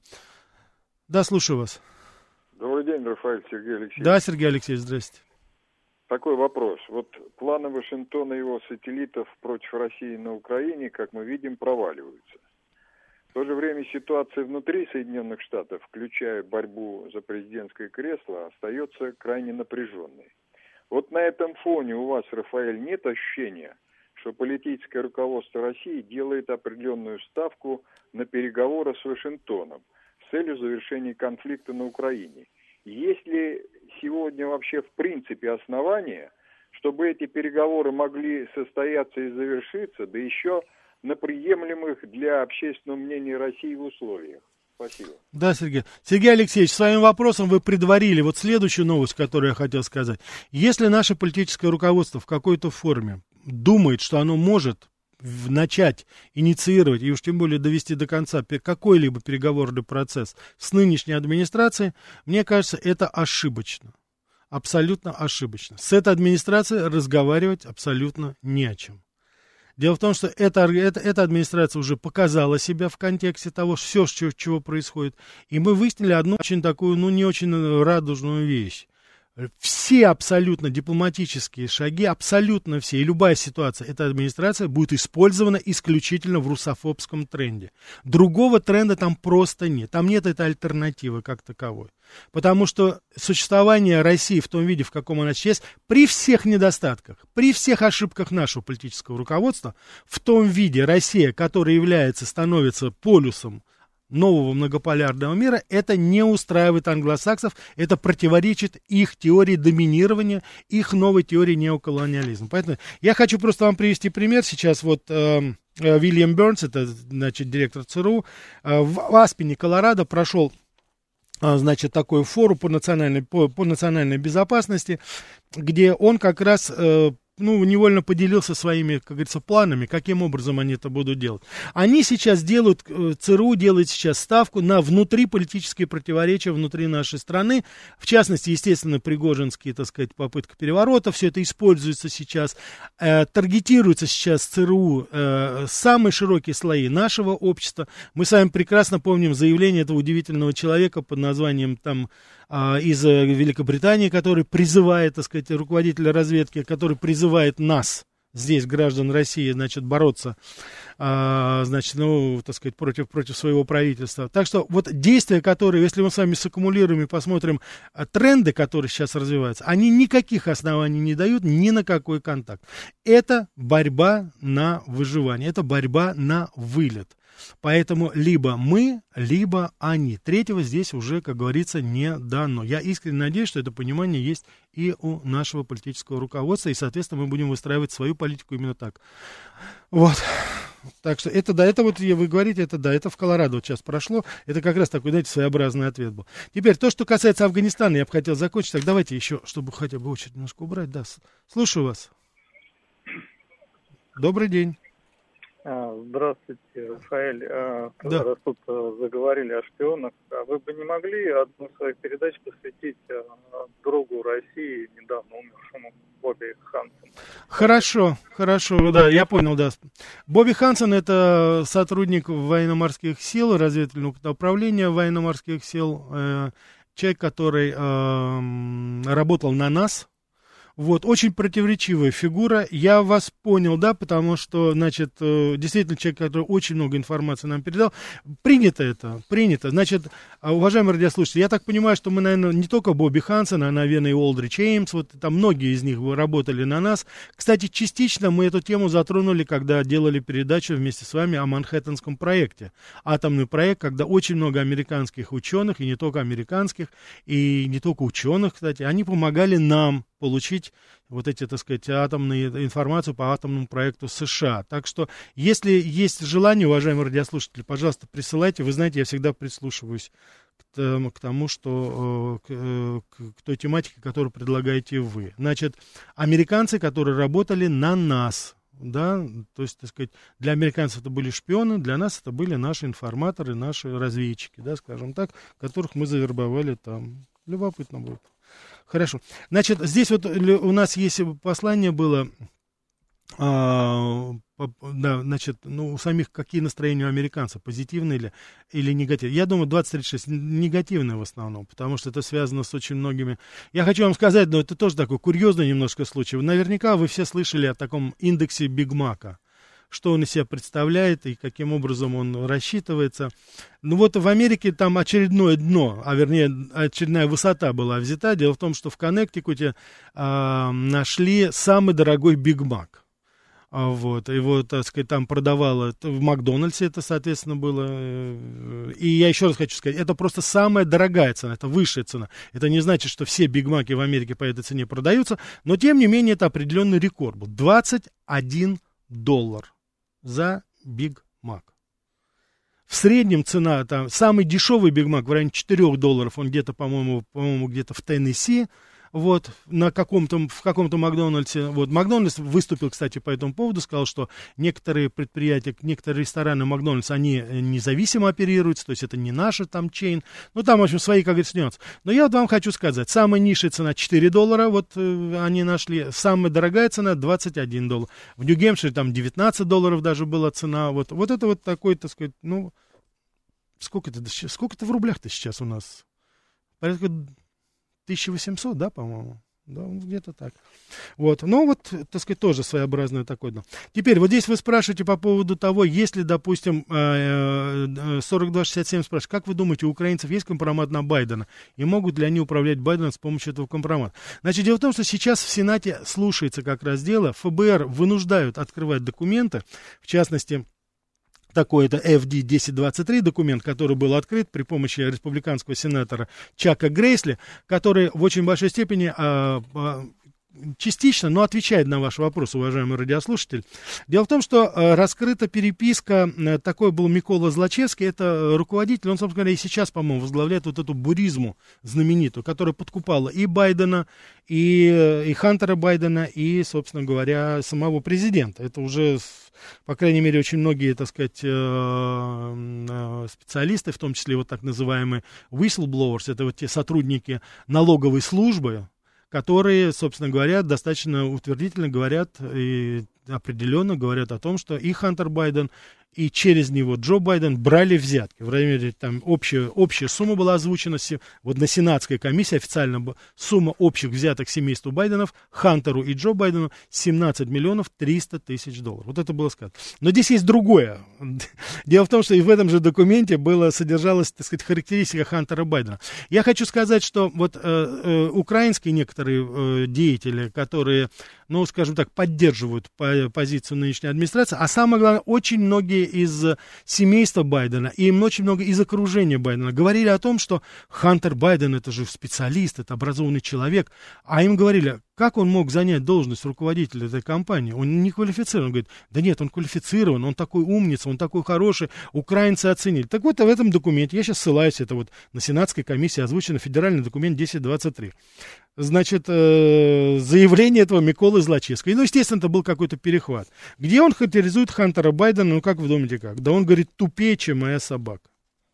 [SPEAKER 2] Да, слушаю вас.
[SPEAKER 6] Добрый день, Рафаэль, Сергей Алексеевич.
[SPEAKER 2] Да, Сергей Алексеевич, здрасте.
[SPEAKER 6] Такой вопрос. Вот планы Вашингтона и его сателлитов против России на Украине, как мы видим, проваливаются. В то же время ситуация внутри Соединенных Штатов, включая борьбу за президентское кресло, остается крайне напряженной. Вот на этом фоне у вас, Рафаэль, нет ощущения, что политическое руководство России делает определенную ставку на переговоры с Вашингтоном с целью завершения конфликта на Украине? Есть ли сегодня вообще в принципе основания, чтобы эти переговоры могли состояться и завершиться, да еще на приемлемых для общественного мнения России условиях? Спасибо.
[SPEAKER 2] Да, Сергей. Сергей Алексеевич, своим вопросом вы предварили вот следующую новость, которую я хотел сказать. Если наше политическое руководство в какой-то форме думает, что оно может начать инициировать, и уж тем более довести до конца какой-либо переговорный процесс с нынешней администрацией, мне кажется, это ошибочно. Абсолютно ошибочно. С этой администрацией разговаривать абсолютно не о чем. Дело в том, что эта, эта, эта администрация уже показала себя в контексте того, все, что, чего происходит. И мы выяснили одну очень такую, ну, не очень радужную вещь. все абсолютно дипломатические шаги, абсолютно все, и любая ситуация, эта администрация будет использована исключительно в русофобском тренде. Другого тренда там просто нет. Там нет этой альтернативы как таковой. Потому что существование России в том виде, в каком она сейчас, при всех недостатках, при всех ошибках нашего политического руководства, в том виде Россия, которая является, становится полюсом нового многополярного мира, это не устраивает англосаксов, это противоречит их теории доминирования, их новой теории неоколониализма. Поэтому я хочу просто вам привести пример. Сейчас вот э, Уильям Бернс, это, значит, директор ЦРУ, э, в Аспене, Колорадо, прошел, э, значит, такой форум по национальной, по, по национальной безопасности, где он как раз э, ну, невольно поделился своими, как говорится, планами, каким образом они это будут делать. Они сейчас делают, ЦРУ делает сейчас ставку на внутриполитические противоречия внутри нашей страны, в частности, естественно, пригожинские, так сказать, попытки переворота, все это используется сейчас, э, таргетируется сейчас ЦРУ э, самые широкие слои нашего общества. Мы с вами прекрасно помним заявление этого удивительного человека под названием там из Великобритании, который призывает, так сказать, руководителя разведки, который призывает нас, здесь, граждан России, значит, бороться, значит, ну, так сказать, против, против своего правительства. Так что вот действия, которые, если мы с вами саккумулируем и посмотрим тренды, которые сейчас развиваются, они никаких оснований не дают ни на какой контакт. Это борьба на выживание, это борьба на вылет. Поэтому либо мы, либо они. Третьего здесь уже, как говорится, не дано. Я искренне надеюсь, что это понимание есть и у нашего политического руководства, и, соответственно, мы будем выстраивать свою политику именно так. Вот. Так что это, да, это вот, вы говорите, это, да, это в Колорадо вот сейчас прошло, это как раз такой, знаете, своеобразный ответ был. Теперь, то, что касается Афганистана, я бы хотел закончить, так давайте еще, чтобы хотя бы очередь немножко убрать, да, слушаю вас. Добрый день.
[SPEAKER 7] Здравствуйте, Рафаэль.
[SPEAKER 2] Да.
[SPEAKER 7] Раз тут заговорили о шпионах, а вы бы не могли одну из своих передач посвятить другу России, недавно умершему Бобби Хансену?
[SPEAKER 2] Хорошо, хорошо, да, я понял, да. Бобби Хансен — это сотрудник военно-морских сил, разведывательного управления военно-морских сил, э, человек, который э, работал на нас. Вот, очень противоречивая фигура. Я вас понял, да, потому что, значит, действительно человек, который очень много информации нам передал. Принято это, принято. Значит, уважаемые радиослушатели, я так понимаю, что мы, наверное, не только Бобби Хансен, а, наверное, и Олдрич Эймс, вот там многие из них работали на нас. Кстати, частично мы эту тему затронули, когда делали передачу вместе с вами о Манхэттенском проекте. Атомный проект, когда очень много американских ученых, и не только американских, и не только ученых, кстати, они помогали нам получить вот эти, так сказать, атомные, информацию по атомному проекту США. Так что, если есть желание, уважаемые радиослушатели, пожалуйста, присылайте. Вы знаете, я всегда прислушиваюсь к тому, к, тому, что, к, к той тематике, которую предлагаете вы. Значит, американцы, которые работали на нас, да, то есть, так сказать, для американцев это были шпионы, для нас это были наши информаторы, наши разведчики, да, скажем так, которых мы завербовали там. Любопытно будет. Хорошо. Значит, здесь вот у нас есть послание было, а, да, значит, ну, у самих какие настроения у американцев, позитивные или, или негативные. Я думаю, двадцать тридцать шесть негативные в основном, потому что это связано с очень многими. Я хочу вам сказать, но это тоже такой курьезный немножко случай. Наверняка вы все слышали о таком индексе Биг Мака. Что он из себя представляет и каким образом он рассчитывается. Ну вот в Америке там очередное дно, а вернее очередная высота была взята. Дело в том, что в Коннектикуте а, нашли самый дорогой Биг Мак. А, вот, его, так сказать, там продавало, в Макдональдсе это, соответственно, было. И я еще раз хочу сказать, это просто самая дорогая цена, это высшая цена. Это не значит, что все Биг Маки в Америке по этой цене продаются, но тем не менее это определенный рекорд был. двадцать один доллар за Биг Мак. В среднем цена, там, самый дешевый Биг Мак в районе четыре долларов, он где-то, по-моему, по-моему, где-то в Теннесси, вот, на каком-то, в каком-то Макдональдсе. Вот, Макдональдс выступил, кстати, по этому поводу, сказал, что некоторые предприятия, некоторые рестораны Макдональдс, они независимо оперируются, то есть это не наши там чейн, ну, там, в общем, свои, как говорится, нюансы. Но я вот вам хочу сказать, самая низшая цена четыре доллара, вот, э, они нашли, самая дорогая цена двадцать один доллар. В Нью-Гэмпшире там девятнадцать долларов даже была цена, вот, вот это вот такой, так сказать, ну, сколько это, сколько это в рублях-то сейчас у нас? Порядка тысяча восемьсот, да, по-моему? Да, где-то так. Вот. Но вот, так сказать, тоже своеобразное такое. Да. Теперь, вот здесь вы спрашиваете по поводу того, если, допустим, сорок два шестьдесят семь спрашивает, как вы думаете, у украинцев есть компромат на Байдена? И могут ли они управлять Байденом с помощью этого компромата? Значит, дело в том, что сейчас в Сенате слушается как раз дело. ФБР вынуждают открывать документы, в частности, такой это эф ди десять двадцать три документ, который был открыт при помощи республиканского сенатора Чака Грейсли, который в очень большой степени а, а, частично, но отвечает на ваш вопрос, уважаемый радиослушатель. Дело в том, что а, раскрыта переписка, а, такой был Микола Злочевский, это руководитель, он, собственно говоря, и сейчас, по-моему, возглавляет вот эту буризму знаменитую, которая подкупала и Байдена, и, и Хантера Байдена, и, собственно говоря, самого президента. Это уже, по крайней мере, очень многие, так сказать, специалисты, в том числе вот так называемые whistleblowers, это вот те сотрудники налоговой службы, которые, собственно говоря, достаточно утвердительно говорят и определенно говорят о том, что и Хантер Байден, и через него Джо Байден брали взятки. В районе, там общая, общая сумма была озвучена, вот на сенатской комиссии официально сумма общих взяток семейству Байденов, Хантеру и Джо Байдену семнадцать миллионов триста тысяч долларов. Вот это было сказано. Но здесь есть другое. Дело в том, что и в этом же документе было, содержалась, так сказать, характеристика Хантера Байдена. Я хочу сказать, что вот э, э, украинские некоторые э, деятели, которые, ну, скажем так, поддерживают по, позицию нынешней администрации, а самое главное, очень многие из семейства Байдена и очень много из окружения Байдена говорили о том, что Хантер Байден это же специалист, это образованный человек, а им говорили, как он мог занять должность руководителя этой компании, он не квалифицирован, он говорит, да нет, он квалифицирован, он такой умница, он такой хороший, украинцы оценили. Так вот, в этом документе, я сейчас ссылаюсь, это вот на сенатской комиссии озвучено федеральный документ десять двадцать три. Значит, э, заявление этого Миколы Злочевского. И, ну, естественно, это был какой-то перехват. Где он характеризует Хантера Байдена, ну, как вы думаете, как? Да он говорит, тупее, чем моя собака.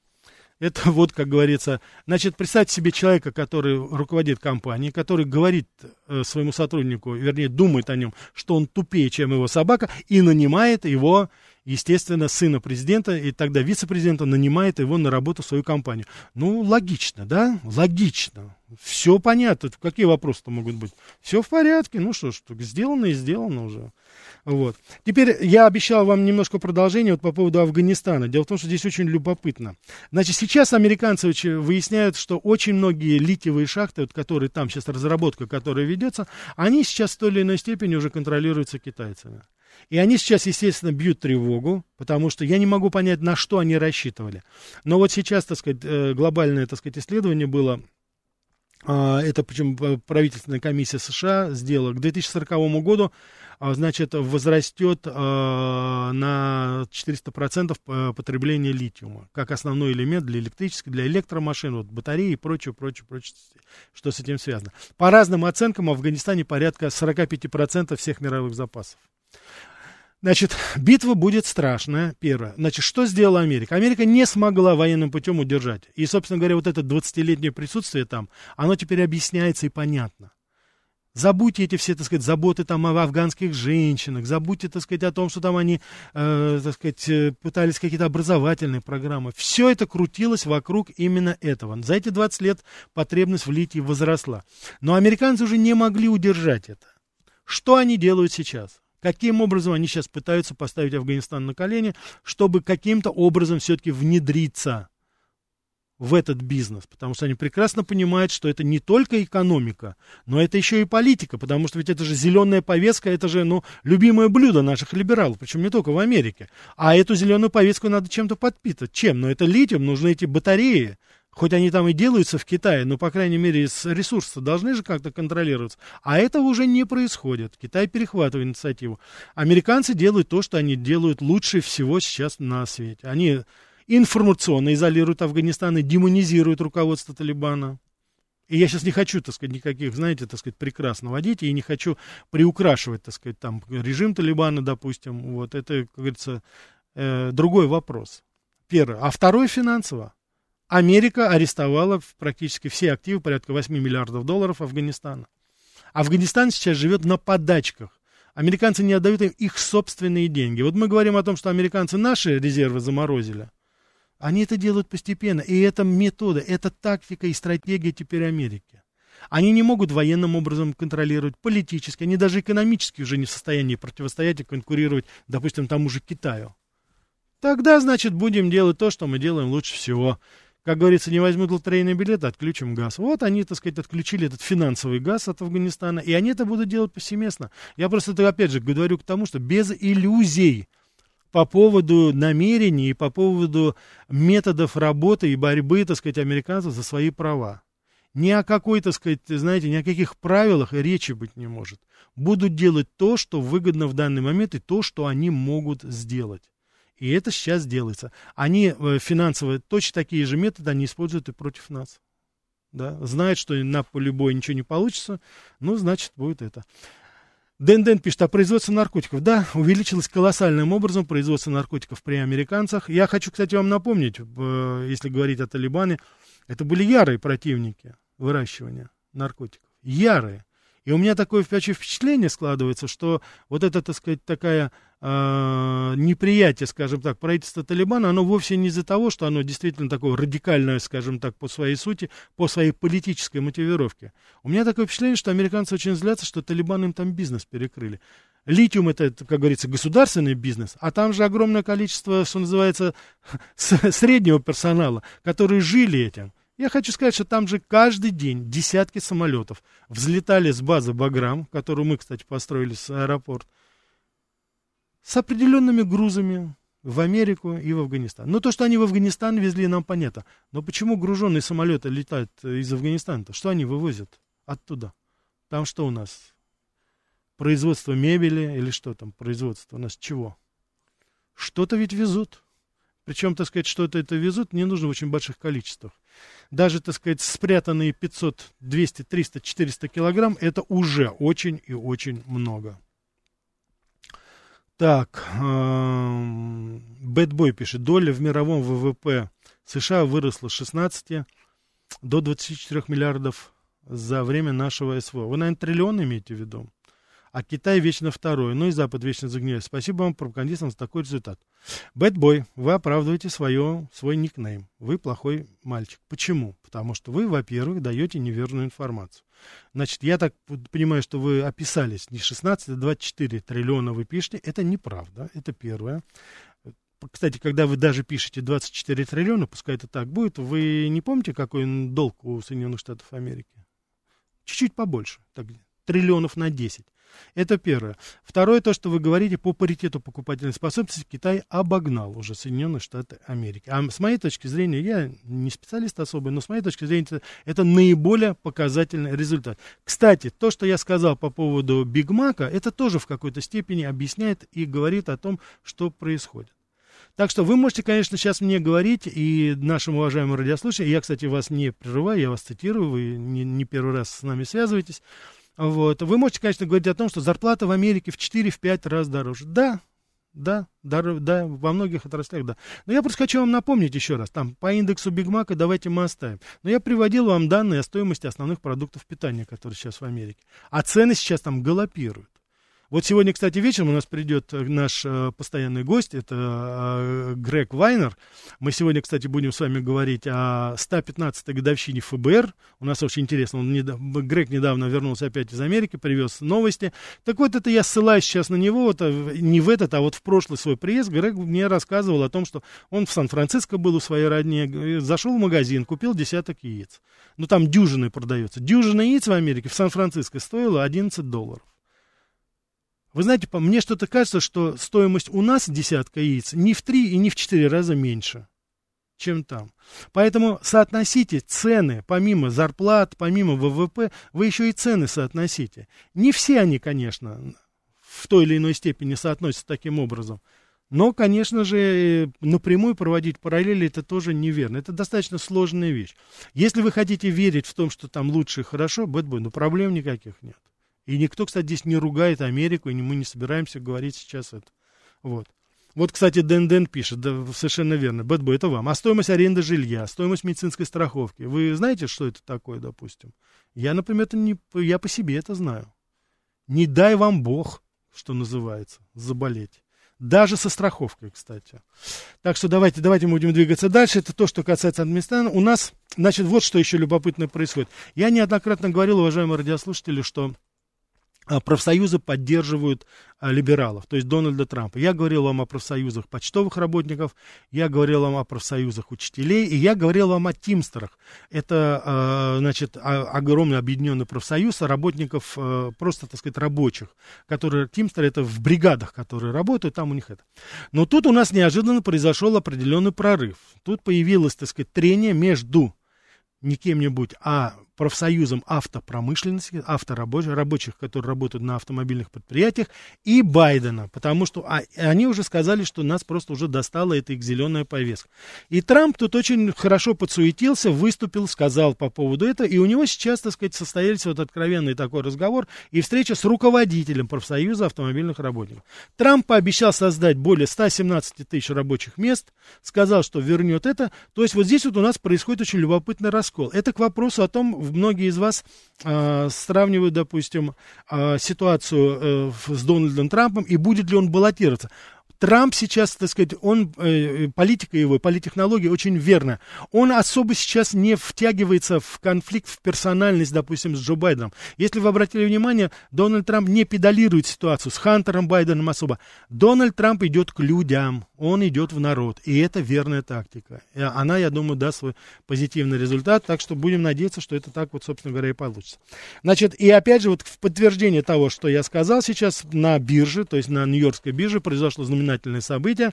[SPEAKER 2] Это вот, как говорится, значит, представьте себе человека, который руководит компанией, который говорит э, своему сотруднику, вернее, думает о нем, что он тупее, чем его собака, и нанимает его, естественно, сына президента, и тогда вице-президента нанимает его на работу в свою компанию. Ну, логично, да? Логично. Все понятно. Какие вопросы-то могут быть? Все в порядке. Ну что ж, сделано и сделано уже. Вот. Теперь я обещал вам немножко продолжения вот по поводу Афганистана. Дело в том, что здесь очень любопытно. Значит, сейчас американцы выясняют, что очень многие литиевые шахты, вот, которые там сейчас разработка, которая ведется, они сейчас в той или иной степени уже контролируются китайцами. И они сейчас, естественно, бьют тревогу, потому что я не могу понять, на что они рассчитывали. Но вот сейчас, так сказать, глобальное, так сказать, исследование было, это причем правительственная комиссия США сделала, к две тысячи сороковому году, значит, возрастет на четыреста процентов потребление литиума, как основной элемент для электрической, для электромашин, вот, батареи и прочее, прочее, прочее, что с этим связано. По разным оценкам, в Афганистане порядка сорок пять процентов всех мировых запасов. Значит, битва будет страшная, первое. Значит, что сделала Америка? Америка не смогла военным путем удержать. И, собственно говоря, вот это двадцатилетнее присутствие там, оно теперь объясняется и понятно. Забудьте эти все, так сказать, заботы там о афганских женщинах, забудьте, так сказать, о том, что там они, э, так сказать, пытались какие-то образовательные программы. Все это крутилось вокруг именно этого. За эти двадцать лет потребность в литии возросла. Но американцы уже не могли удержать это. Что они делают сейчас? Каким образом они сейчас пытаются поставить Афганистан на колени, чтобы каким-то образом все-таки внедриться в этот бизнес? Потому что они прекрасно понимают, что это не только экономика, но это еще и политика, потому что ведь это же зеленая повестка, это же, ну, любимое блюдо наших либералов, причем не только в Америке. А эту зеленую повестку надо чем-то подпитывать. Чем? Ну, это литиум, нужны эти батареи. Хоть они там и делаются в Китае, но, по крайней мере, ресурсы должны же как-то контролироваться. А этого уже не происходит. Китай перехватывает инициативу. Американцы делают то, что они делают лучше всего сейчас на свете. Они информационно изолируют Афганистан и демонизируют руководство Талибана. И я сейчас не хочу, так сказать, никаких, знаете, так сказать, прекрас наводить, и не хочу приукрашивать, так сказать, там, режим Талибана, допустим. Вот, это, как говорится, э, другой вопрос. Первое. А второе финансово. Америка арестовала практически все активы, порядка восемь миллиардов долларов Афганистана. Афганистан сейчас живет на подачках. Американцы не отдают им их собственные деньги. Вот мы говорим о том, что американцы наши резервы заморозили. Они это делают постепенно. И это метода, это тактика и стратегия теперь Америки. Они не могут военным образом контролировать, политически, они даже экономически уже не в состоянии противостоять и конкурировать, допустим, тому же Китаю. Тогда, значит, будем делать то, что мы делаем лучше всего. Как говорится, не возьмут лотерейный билет, отключим газ. Вот они, так сказать, отключили этот финансовый газ от Афганистана, и они это будут делать повсеместно. Я просто, это, опять же, говорю к тому, что без иллюзий по поводу намерений и по поводу методов работы и борьбы, так сказать, американцев за свои права. Ни о какой, так сказать, знаете, ни о каких правилах речи быть не может. Будут делать то, что выгодно в данный момент, и то, что они могут сделать. И это сейчас делается. Они э, финансово точно такие же методы они используют и против нас. Да? Знают, что на поле боя ничего не получится, ну, значит, будет это. Дэн-Дэн пишет, а производство наркотиков. Да, увеличилось колоссальным образом производство наркотиков при американцах. Я хочу, кстати, вам напомнить, э, если говорить о Талибане, это были ярые противники выращивания наркотиков. Ярые. И у меня такое впечатление складывается, что вот это, так сказать, такая э, неприятие, скажем так, правительства Талибана, оно вовсе не из-за того, что оно действительно такое радикальное, скажем так, по своей сути, по своей политической мотивировке. У меня такое впечатление, что американцы очень злятся, что Талибан им там бизнес перекрыли. Литиум это, как говорится, государственный бизнес, а там же огромное количество, что называется, среднего персонала, которые жили этим. Я хочу сказать, что там же каждый день десятки самолетов взлетали с базы Баграм, которую мы, кстати, построили с аэропорта, с определенными грузами в Америку и в Афганистан. Но то, что они в Афганистан везли, нам понятно. Но почему груженные самолеты летают из Афганистана-то? Что они вывозят оттуда? Там что у нас? Производство мебели или что там? Производство у нас чего? Что-то ведь везут. Причем, так сказать, что-то это везут не нужно в очень больших количествах. Даже, так сказать, спрятанные пятьсот, двести, триста, четыреста килограмм, это уже очень и очень много. Так, Бэтбой пишет, доля в мировом ВВП США выросла с шестнадцати до двадцати четырёх миллиардов за время нашего СВО. Вы, наверное, триллион имеете в виду? А Китай вечно второй, ну и Запад вечно загнивает. Спасибо вам, пропагандистам, за такой результат. Бэтбой, вы оправдываете свое, свой никнейм. Вы плохой мальчик. Почему? Потому что вы, во-первых, даете неверную информацию. Значит, я так понимаю, что вы описались не шестнадцать, а двадцать четыре триллиона вы пишете. Это неправда, это первое. Кстати, когда вы даже пишете двадцать четыре триллиона, пускай это так будет, вы не помните, какой долг у Соединенных Штатов Америки? Чуть-чуть побольше, так, триллионов на десять. Это первое. Второе, то, что вы говорите, по паритету покупательной способности Китай обогнал уже Соединенные Штаты Америки. А с моей точки зрения, я не специалист особый, но с моей точки зрения, это, это наиболее показательный результат. Кстати, то, что я сказал по поводу Биг Мака, это тоже в какой-то степени объясняет и говорит о том, что происходит. Так что вы можете, конечно, сейчас мне говорить, и нашим уважаемым радиослушателям, я, кстати, вас не прерываю, я вас цитирую, вы не, не первый раз с нами связываетесь. Вот. Вы можете, конечно, говорить о том, что зарплата в Америке в четыре-пять раз дороже. Да, да, дор- да, во многих отраслях, да. Но я просто хочу вам напомнить еще раз, там, по индексу Биг Мака давайте мы оставим. Но я приводил вам данные о стоимости основных продуктов питания, которые сейчас в Америке. А цены сейчас там галопируют. Вот сегодня, кстати, вечером у нас придет наш э, постоянный гость, это э, Грег Вайнер. Мы сегодня, кстати, будем с вами говорить о сто пятнадцатой годовщине эф бэ эр. У нас очень интересно, он недав... Грег недавно вернулся опять из Америки, привез новости. Так вот, это я ссылаюсь сейчас на него, вот, не в этот, а вот в прошлый свой приезд. Грег мне рассказывал о том, что он в Сан-Франциско был у своей родни, зашел в магазин, купил десяток яиц. Ну, там дюжины продается. Дюжина яиц в Америке, в Сан-Франциско стоила одиннадцать долларов. Вы знаете, мне что-то кажется, что стоимость у нас десятка яиц не в три и не в четыре раза меньше, чем там. Поэтому соотносите цены, помимо зарплат, помимо вэ вэ пэ, вы еще и цены соотносите. Не все они, конечно, в той или иной степени соотносятся таким образом. Но, конечно же, напрямую проводить параллели это тоже неверно. Это достаточно сложная вещь. Если вы хотите верить в том, что там лучше и хорошо, бэтбой, но проблем никаких нет. И никто, кстати, здесь не ругает Америку, и мы не собираемся говорить сейчас это. Вот. Вот, кстати, Дэн-Дэн пишет, да, совершенно верно, бэтбой, это вам. А стоимость аренды жилья, стоимость медицинской страховки. Вы знаете, что это такое, допустим? Я, например, это не, я по себе это знаю. Не дай вам Бог, что называется, заболеть. Даже со страховкой, кстати. Так что давайте, давайте мы будем двигаться дальше. Это то, что касается администрации. У нас, значит, вот что еще любопытно происходит. Я неоднократно говорил, уважаемые радиослушатели, что профсоюзы поддерживают а, либералов, то есть Дональда Трампа. Я говорил вам о профсоюзах почтовых работников, я говорил вам о профсоюзах учителей, и я говорил вам о Тимстерах. Это, а, значит, а, огромный объединенный профсоюз работников, а, просто, так сказать, рабочих, которые, Тимстеры, это в бригадах, которые работают, там у них это. Но тут у нас неожиданно произошел определенный прорыв. Тут появилось, так сказать, трение между не кем-нибудь, а профсоюзом автопромышленности, авторабочих, рабочих, которые работают на автомобильных предприятиях, и Байдена, потому что а, они уже сказали, что нас просто уже достала эта их зеленая повестка. И Трамп тут очень хорошо подсуетился, выступил, сказал по поводу этого, и у него сейчас, так сказать, состоялся вот откровенный такой разговор и встреча с руководителем профсоюза автомобильных работников. Трамп пообещал создать более ста семнадцати тысяч рабочих мест, сказал, что вернет это, то есть вот здесь вот у нас происходит очень любопытный раскол. Это к вопросу о том, многие из вас э, сравнивают, допустим, э, ситуацию э, с Дональдом Трампом и будет ли он баллотироваться. Трамп сейчас, так сказать, он, э, политика его, политтехнология очень верная. Он особо сейчас не втягивается в конфликт, в персональность, допустим, с Джо Байденом. Если вы обратили внимание, Дональд Трамп не педалирует ситуацию с Хантером Байденом особо. Дональд Трамп идет к людям, он идет в народ, и это верная тактика. И она, я думаю, даст свой позитивный результат, так что будем надеяться, что это так вот, собственно говоря, и получится. Значит, и опять же, вот в подтверждение того, что я сказал сейчас, на бирже, то есть на Нью-Йоркской бирже произошло знаменательное событие,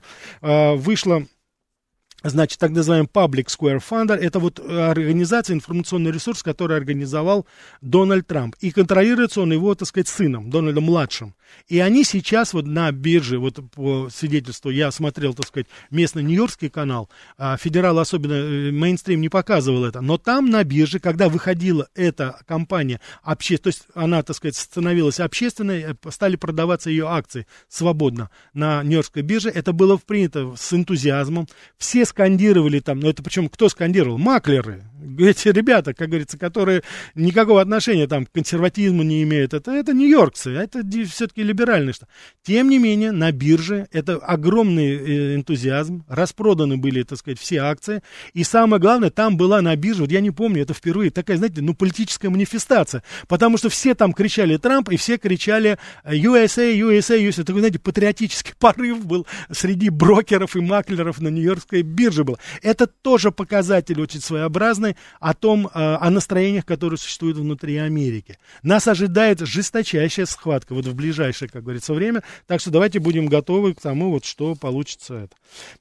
[SPEAKER 2] вышло, значит, так называемый Public Square Fund, это вот организация, информационный ресурс, который организовал Дональд Трамп, и контролируется он его, так сказать, сыном, Дональдом младшим. И они сейчас вот на бирже, вот по свидетельству, я смотрел, так сказать, местный нью-йоркский канал, а федерал особенно, мейнстрим не показывал это, но там на бирже, когда выходила эта компания, обще, то есть она, так сказать, становилась общественной, стали продаваться ее акции свободно на нью-йоркской бирже, это было принято с энтузиазмом, все скандировали там, но это причем кто скандировал? Маклеры, эти ребята, как говорится, которые никакого отношения там к консерватизму не имеют, это, это нью-йоркцы, это все-таки либеральный штат. Тем не менее, на бирже это огромный энтузиазм, распроданы были, так сказать, все акции, и самое главное, там была на бирже, вот я не помню, это впервые такая, знаете, ну, политическая манифестация, потому что все там кричали Трамп, и все кричали ю эс эй, ю эс эй, ю эс эй, такой, знаете, патриотический порыв был среди брокеров и маклеров на нью-йоркской бирже был. Это тоже показатель очень своеобразный о том, о настроениях, которые существуют внутри Америки. Нас ожидает жесточайшая схватка вот в ближайшее, как говорится, время. Так что давайте будем готовы к тому, вот, что получится это.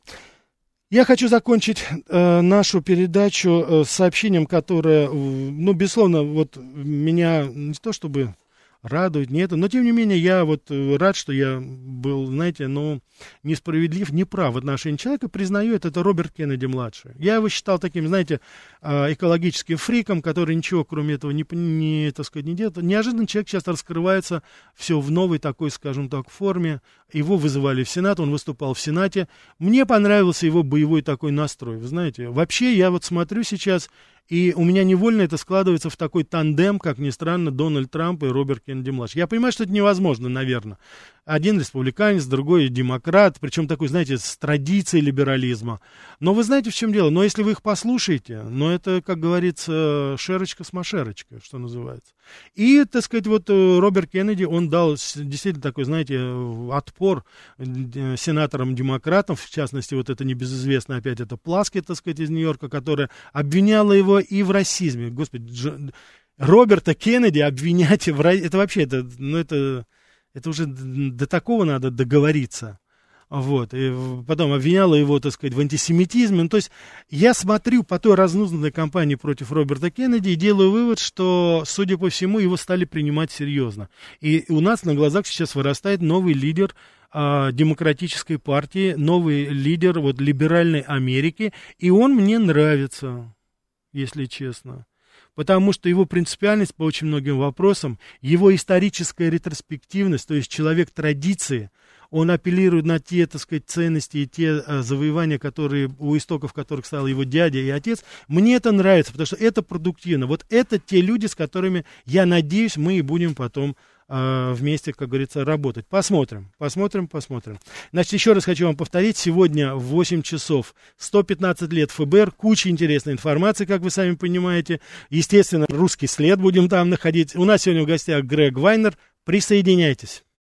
[SPEAKER 2] Я хочу закончить э, нашу передачу э, с сообщением, которое, э, ну, безусловно, вот меня не то чтобы радует, не это, но тем не менее я вот э, рад, что я был, знаете, ну, несправедлив, неправ в отношении человека, признаю это, это Роберт Кеннеди-младший. Я его считал таким, знаете, э, экологическим фриком, который ничего кроме этого не, не, так сказать, не делает. Неожиданно человек часто раскрывается все в новой такой, скажем так, форме. Его вызывали в Сенат, он выступал в Сенате. Мне понравился его боевой такой настрой, вы знаете. Вообще я вот смотрю сейчас, и у меня невольно это складывается в такой тандем, как ни странно, Дональд Трамп и Роберт Кеннеди-младший. Я понимаю, что это невозможно, наверное. Один республиканец, другой демократ, причем такой, знаете, с традицией либерализма. Но вы знаете, в чем дело? Но если вы их послушаете, но это, как говорится, шерочка с машерочкой, что называется. И, так сказать, вот Роберт Кеннеди, он дал действительно такой, знаете, отпор сенаторам-демократам, в частности, вот это небезызвестно опять, это Пласкет, так сказать, из Нью-Йорка, которая обвиняла его и в расизме. Господи, Дж... Роберта Кеннеди обвинять в расизме, это вообще, это, ну, это... Это уже до такого надо договориться. Вот. И потом обвиняла его, так сказать, в антисемитизме. Ну, то есть я смотрю по той разнузданной кампании против Роберта Кеннеди и делаю вывод, что, судя по всему, его стали принимать серьезно. И у нас на глазах сейчас вырастает новый лидер а, демократической партии, новый лидер вот, либеральной Америки. И он мне нравится, если честно. Потому что его принципиальность по очень многим вопросам, его историческая ретроспективность, то есть человек традиции, он апеллирует на те, так сказать, ценности и те а, завоевания, которые, у истоков которых стал его дядя и отец. Мне это нравится, потому что это продуктивно. Вот это те люди, с которыми, я надеюсь, мы и будем потом э, вместе, как говорится, работать. Посмотрим, посмотрим, посмотрим. Значит, еще раз хочу вам повторить, сегодня в восемь часов сто пятнадцать лет ФБР, куча интересной информации, как вы сами понимаете. Естественно, русский след будем там находить. У нас сегодня в гостях Грег Вайнер. Присоединяйтесь.